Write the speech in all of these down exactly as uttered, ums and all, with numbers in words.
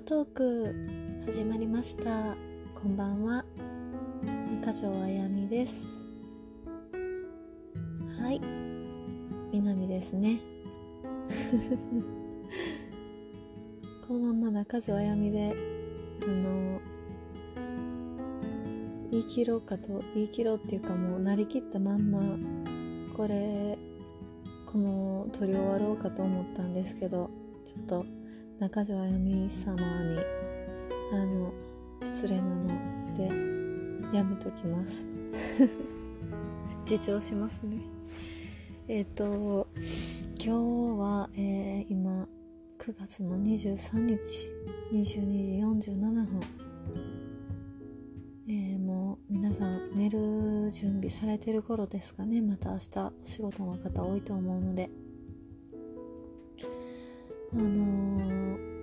トーク始まりました。こんばんは、中条あやみです。はい、みなみですねこのまま中条あやみであの言い切ろうかと言い切ろうっていうかもうなりきったまんまこれこの撮り終わろうかと思ったんですけど、ちょっと中条あやみ様にあの失礼なのでやめときます自重しますね。えっ、ー、と今日は、えー、今くがつのにじゅうさんにちにじゅうにじよんじゅうななふん、えー、もう皆さん寝る準備されてる頃ですかね。また明日お仕事の方多いと思うので、あのー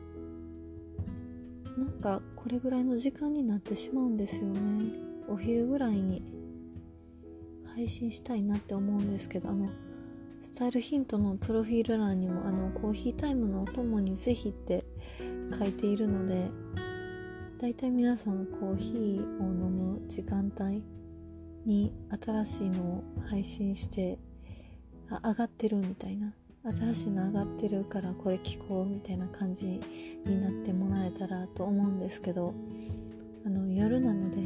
なんかこれぐらいの時間になってしまうんですよね。お昼ぐらいに配信したいなって思うんですけど、あのスタイルヒントのプロフィール欄にもあのコーヒータイムのお供にぜひって書いているので、だいたい皆さんコーヒーを飲む時間帯に新しいのを配信してあ上がってるみたいな、新しいの上がってるからこれ聞こうみたいな感じになってもらえたらと思うんですけど、あの夜なので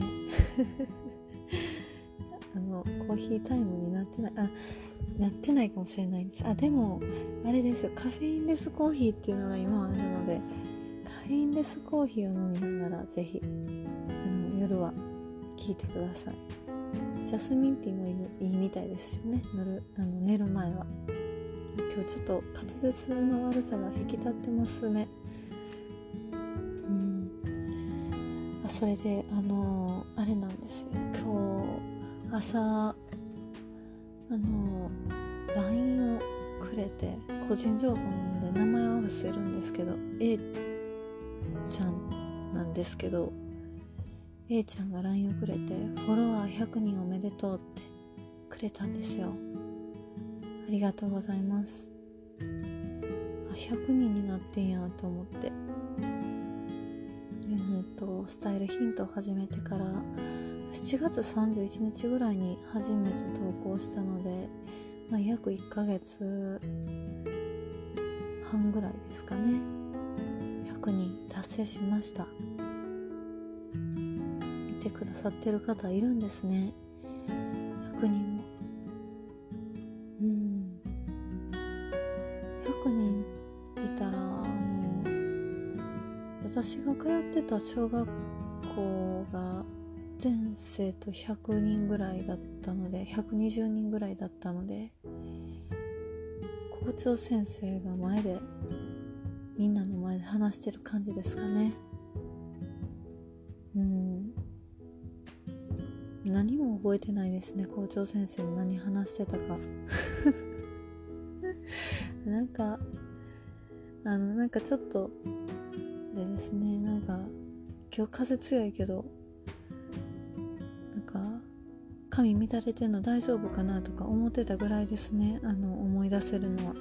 あのコーヒータイムになってないあなってないかもしれないんです。あでもあれですよ、カフェインレスコーヒーっていうのが今あるので、カフェインレスコーヒーを飲みながらぜひあの夜は聞いてください。ジャスミンティーもいい, いいみたいですしね、寝るあの寝る前は。今日ちょっと滑舌の悪さが引き立ってますね。うん。あ、それであのー、あれなんですよ。今日朝あのー、ライン をくれて、個人情報なので名前は伏せるんですけど、A ちゃんなんですけど、A ちゃんが ライン をくれて、フォロワーひゃくにんおめでとうってくれたんですよ。ありがとうございます。あ、ひゃくにんになってんやと思って、えー、っとスタイルヒントを始めてからしちがつさんじゅういちにちぐらいに初めて投稿したので、まあ、約いっかげつはんぐらいですかね。ひゃくにん達成しました。見てくださってる方いるんですね、ひゃくにんも。うん、ひゃくにんいたら、あの私が通ってた小学校が全生徒ひゃくにんぐらいだったので、ひゃくにじゅうにんぐらいだったので、校長先生が前でみんなの前で話してる感じですかね。うん、何も覚えてないですね、校長先生に何話してたかなんかあのなんかちょっとあれですね、なんか今日風強いけど、なんか髪乱れてんの大丈夫かなとか思ってたぐらいですね、あの思い出せるのは。ま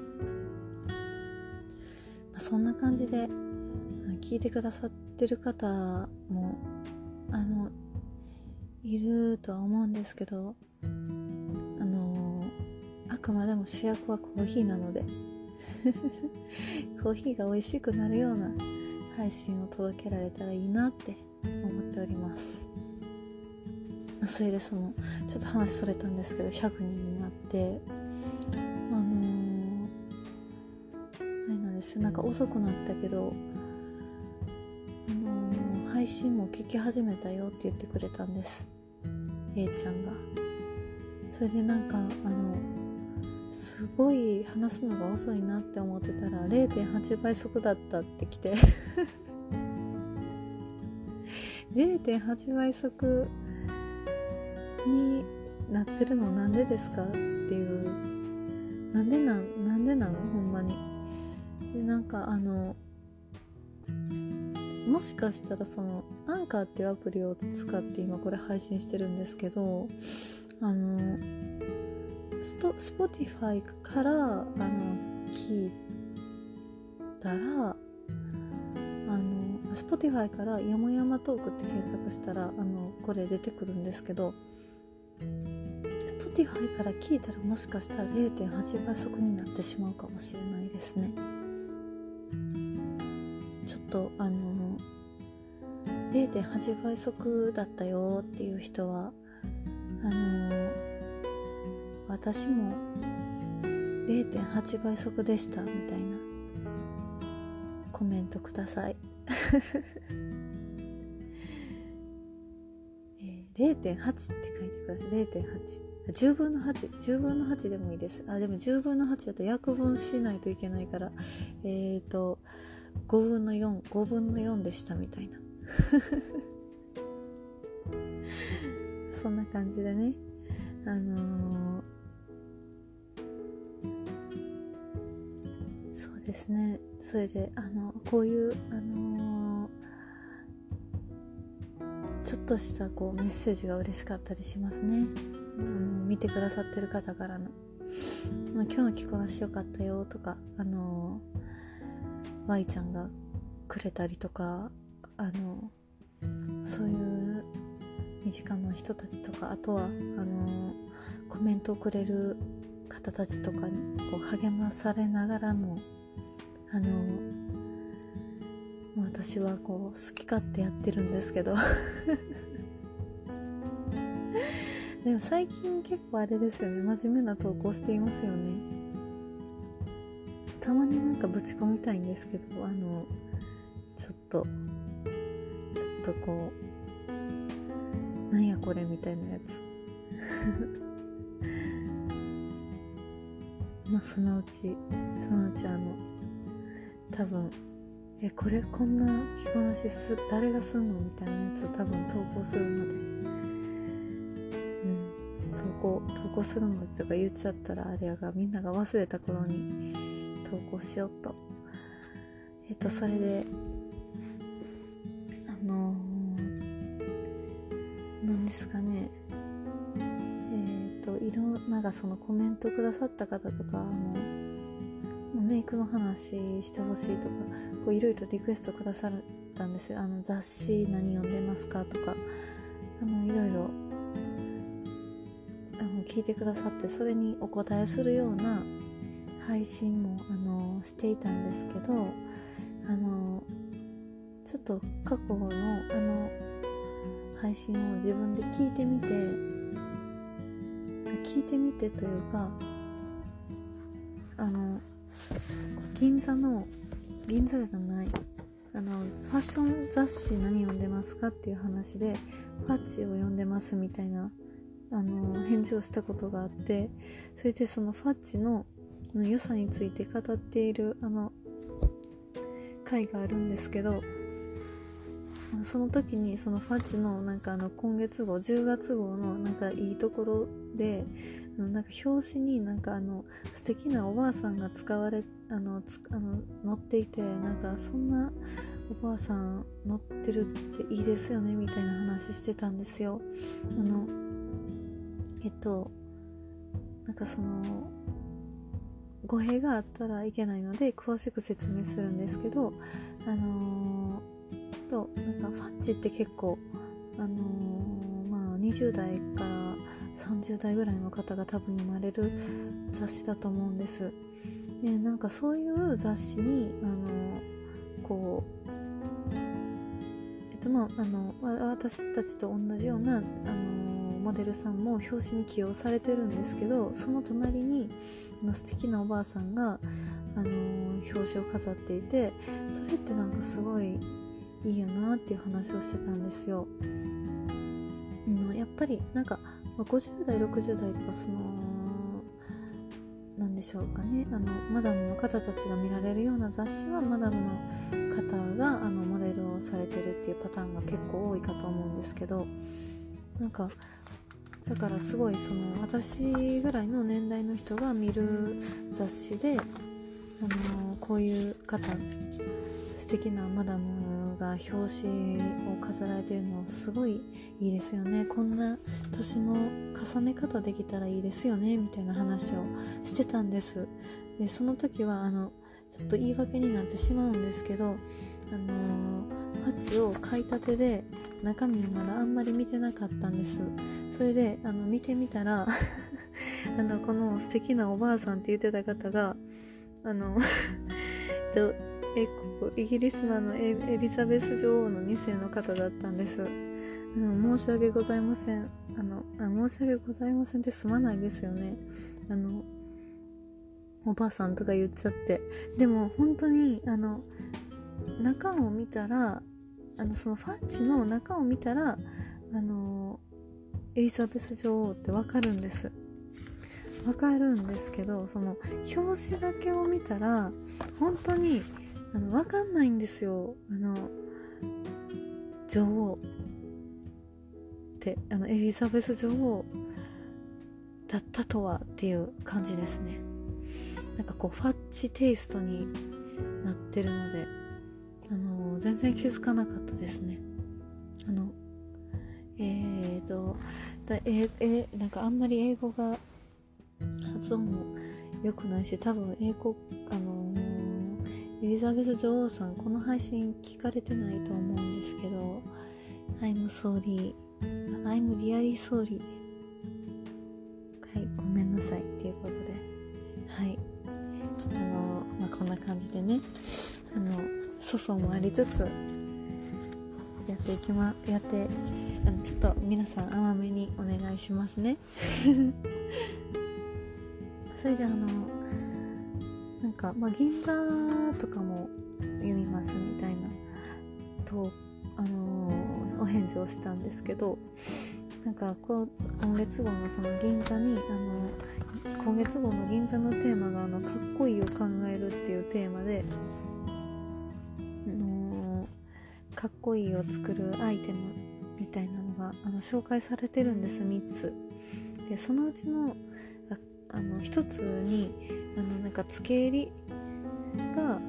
あ、そんな感じで聞いてくださってる方もあのいるとは思うんですけど、あのあくまでも主役はコーヒーなのでコーヒーが美味しくなるような配信を届けられたらいいなって思っております。それでそのちょっと話それたんですけど、ひゃくにんになってあのー、あれなんですよ、なんか遅くなったけど、あのー、配信も聞き始めたよって言ってくれたんです、 A ちゃんが。それでなんかあのすごい話すのが遅いなって思ってたら れいてんはちばい速だったってきてれいてんはちばい速になってるのなんでですかっていう、なんでなんなんでなのほんまに。でなんかあのもしかしたらそのアンカーっていうアプリを使って今これ配信してるんですけど、あのスト Spotify からあの聞いたらあの Spotify からよもやまトークって検索したらあのこれ出てくるんですけど、 Spotify から聞いたらもしかしたら れいてんはち 倍速になってしまうかもしれないですね。ちょっとあの れいてんはち 倍速だったよっていう人はあの私も れいてんはち 倍速でしたみたいなコメントください。えー、れいてんはち って書いてください。 れいてんはち、じゅうぶんのはち、じゅうぶんのはちでもいいです。あ、でもじゅうぶんのはちだと約分しないといけないからえーとごぶんのよん、ごぶんのよんでしたみたいなそんな感じでね、あのー、そうですね、それであのこういうあのー、ちょっとしたこうメッセージが嬉しかったりしますね。あの見てくださってる方からの、まあ、今日の着こなしよかったよとか、あのー、Y ちゃんがくれたりとか、あのそういう身近な人たちとか、あとはあのコメントをくれる方たちとかにこう励まされながらも、あの私はこう好き勝手やってるんですけどでも最近結構あれですよね、真面目な投稿していますよね。たまになんかぶち込みたいんですけど、あのちょっとちょっとこうなんやこれみたいなやつまあそのうちそのうちあの多分えこれこんな着こなしす誰がすんのみたいなやつを多分投稿するので、うん投稿投稿するのでとか言っちゃったらあれやが、みんなが忘れた頃に投稿しようと。えっとそれであのー、なんですかね、えっといろなんかそのコメントくださった方とか、あのメイクの話してほしいとかこういろいろリクエストくださったんですよ。あの雑誌何読んでますかとか、あのいろいろあの聞いてくださって、それにお答えするような配信もあのしていたんですけど、あのちょっと過去のあの配信を自分で聞いてみて聞いてみてというか、あの銀座の銀座じゃないあのファッション雑誌何読んでますかっていう話でファッチを読んでますみたいなあの返事をしたことがあって、それでそのファッチの良さについて語っているあの回があるんですけど、その時にそのファッチのなんかあの今月号じゅうがつ号のなんかいいところで、なんか表紙になんかあの素敵なおばあさんが使われあのつあの乗っていて、なんかそんなおばあさん乗ってるっていいですよねみたいな話してたんですよ。あのえっとなんかその語弊があったらいけないので詳しく説明するんですけど、あのー、となんかファッチって結構あのー、まあにじゅう代からさんじゅう代ぐらいの方が多分読まれる雑誌だと思うんです。でなんかそういう雑誌にあのー、こうえっとまああの私たちと同じようなあのモデルさんも表紙に起用されてるんですけど、その隣にあの素敵なおばあさんが、あのー、表紙を飾っていて、それってなんかすごいいいよなっていう話をしてたんですよ。あのやっぱりなんかごじゅう代ろくじゅう代とかそのなんでしょうかね、あのマダムの方たちが見られるような雑誌はマダムの方があのモデルをされてるっていうパターンが結構多いかと思うんですけど、なんかだからすごいその私ぐらいの年代の人が見る雑誌で、あのこういう方素敵なマダムが表紙を飾られているのすごいいいですよね、こんな年の重ね方できたらいいですよねみたいな話をしてたんです。でその時はあのちょっと言い訳になってしまうんですけど、あのファッチを買いたてで中身まだあんまり見てなかったんです。それであの見てみたらあのこの素敵なおばあさんって言ってた方があのえこイギリスのあのエリザベス女王のに世の方だったんです。あの申し訳ございませんあのあ申し訳ございませんってすまないですよね。あのおばあさんとか言っちゃって。でも本当にあの中を見たらあのそのファッチの中を見たらあのエリザベス女王ってわかるんですわかるんですけど、その表紙だけを見たら本当にあのわかんないんですよ。あの女王ってあのエリザベス女王だったとはっていう感じですね。なんかこうファッチテイストになってるので、あのー、全然気づかなかったですね。あのえーとだええなんかあんまり英語が発音も良くないし、多分英語あのー、エリザベス女王さんこの配信聞かれてないと思うんですけど、 I'm sorry I'm really sorry はい、ごめんなさいっていうことで、はいあのー、まあこんな感じでね、あの粗相もありつつやっていきまやってあのちょっと皆さん甘めにお願いしますねそれであのなんか、まあ、銀座とかも読みますみたいなと、あのー、お返事をしたんですけど、なんかこう今月号のその銀座にあの今月号の銀座のテーマがあのかっこいいを考えるっていうテーマで、あのー、かっこいいを作るアイテムみたいなのがあの紹介されてるんです。みっつで、そのうちのあの一つにあのなんか付け襟があ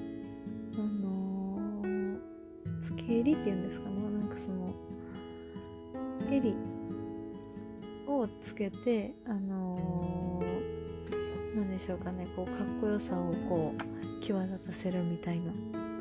のー、付け襟っていうんですかね、なんかその襟をつけてあのー、なんでしょうかね、こうかっこよさをこう際立たせるみたいな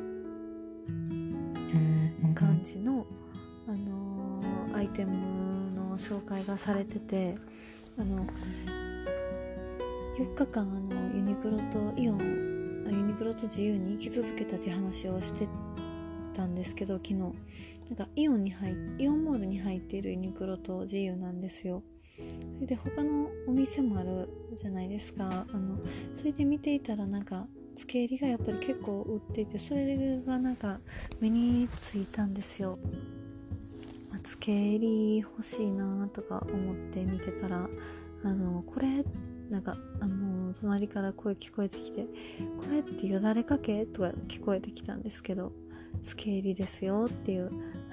感じの、あのー、アイテムの紹介がされてて、あのよっかかんあのユニクロとイオンユニクロと自由に生き続けたって話をしてたんですけど、昨日なんかイオンに入イオンモールに入っているユニクロと自由なんですよ。それで他のお店もあるじゃないですか。あのそれで見ていたらなんか付け襟がやっぱり結構売っていて、それがなんか目についたんですよ。付け襟欲しいなとか思って見てたら、あのこれなんかあの隣から声聞こえてきて、これってよだれかけとか聞こえてきたんですけど、付け襟ですよっていう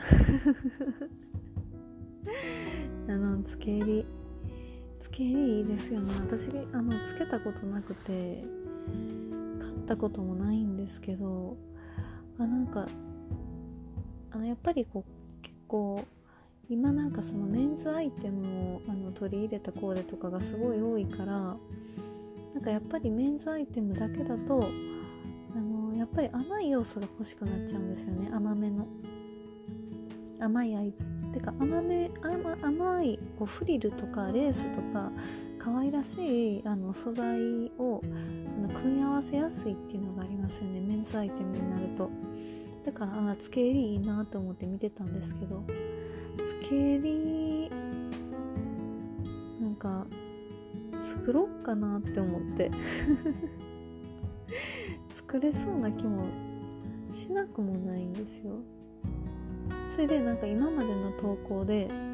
あの付け襟付け襟いいですよね。私あのつけたことなくて買ったこともないんですけど、あなんかあのやっぱりこう結構今なんかそのメンズアイテムをあの取り入れたコーデとかがすごい多いから、なんかやっぱりメンズアイテムだけだとあのやっぱり甘い要素が欲しくなっちゃうんですよね。甘めの甘いアイてか甘め 甘, 甘いこうフリルとかレースとか可愛らしいあの素材をあの組み合わせやすいっていうのがありますよね、メンズアイテムになると。だからあ付け襟いいなと思って見てたんですけど、付け襟なんか作ろうかなって思って作れそうな気もしなくもないんですよ。それでなんか今までの投稿であ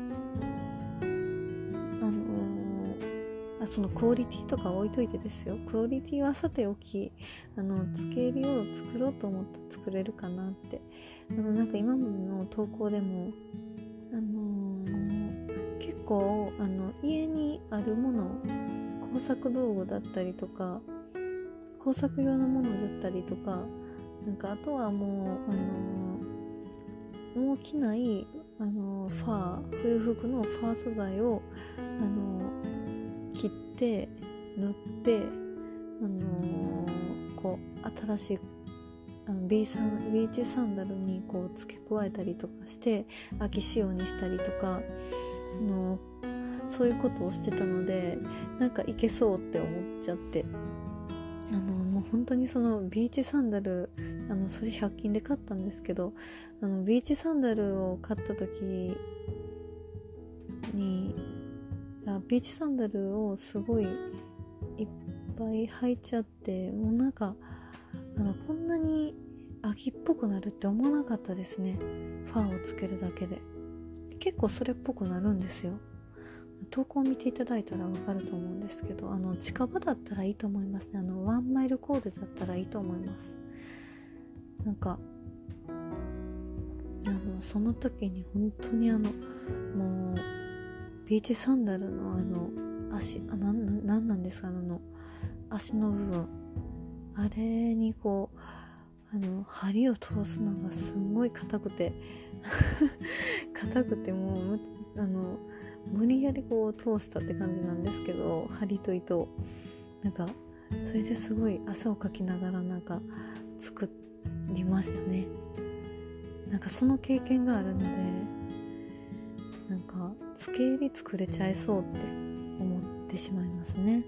のー、あそのクオリティとか置いといてですよ、クオリティはさておき、あの付け襟を作ろうと思ったら作れるかなって、あのなんか今までの投稿でもあのー、結構あの家にあるもの、工作道具だったりとか工作用のものだったりとか、なんかあとはもうあのー、もう着ないあのー、ファー冬服のファー素材をあのー、切って塗って、あのー、こう新しいあのビーサンビーチサンダルにこう付け加えたりとかして秋仕様にしたりとか、あのそういうことをしてたので、なんかいけそうって思っちゃって、あのもう本当にそのビーチサンダル、あのそれひゃく均で買ったんですけど、あのビーチサンダルを買った時にあビーチサンダルをすごいいっぱい履いちゃって、もうなんかあのこんなに秋っぽくなるって思わなかったですね。ファーをつけるだけで結構それっぽくなるんですよ。投稿を見ていただいたらわかると思うんですけど、あの近場だったらいいと思いますね。あのワンマイルコーデだったらいいと思います。なんかあのその時に本当にあのもうビーチサンダルのあの足あな ん, なんなんですか、あの足の部分、あれにこうあの針を通すのがすごい硬くて硬くてもうあの無理やりこう通したって感じなんですけど、針と糸をなんかそれですごい汗をかきながらなんか作りましたね。なんかその経験があるので、なんかつけ襟作れちゃいそうって思ってしまいますね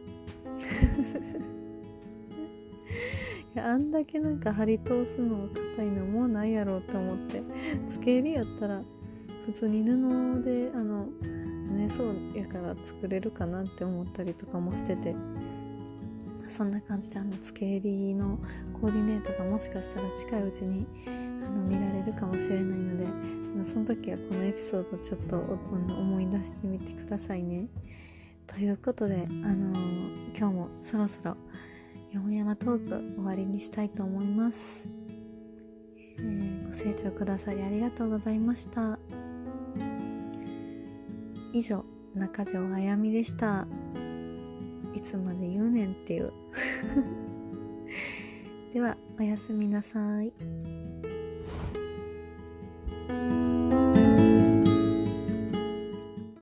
いやあんだけなんか針通すの硬いのもうないやろうって思って、つけ襟やったら普通に布であの縫えそうやから作れるかなって思ったりとかもしてて、そんな感じであのつけ襟のコーディネートがもしかしたら近いうちにあの見られるかもしれないので、その時はこのエピソードちょっと思い出してみてくださいね。ということで、あのー、今日もそろそろよもやまトーク終わりにしたいと思います。えー、ご清聴くださりありがとうございました。以上、中条あやみでした。いつまで言うねんっていうではおやすみなさい。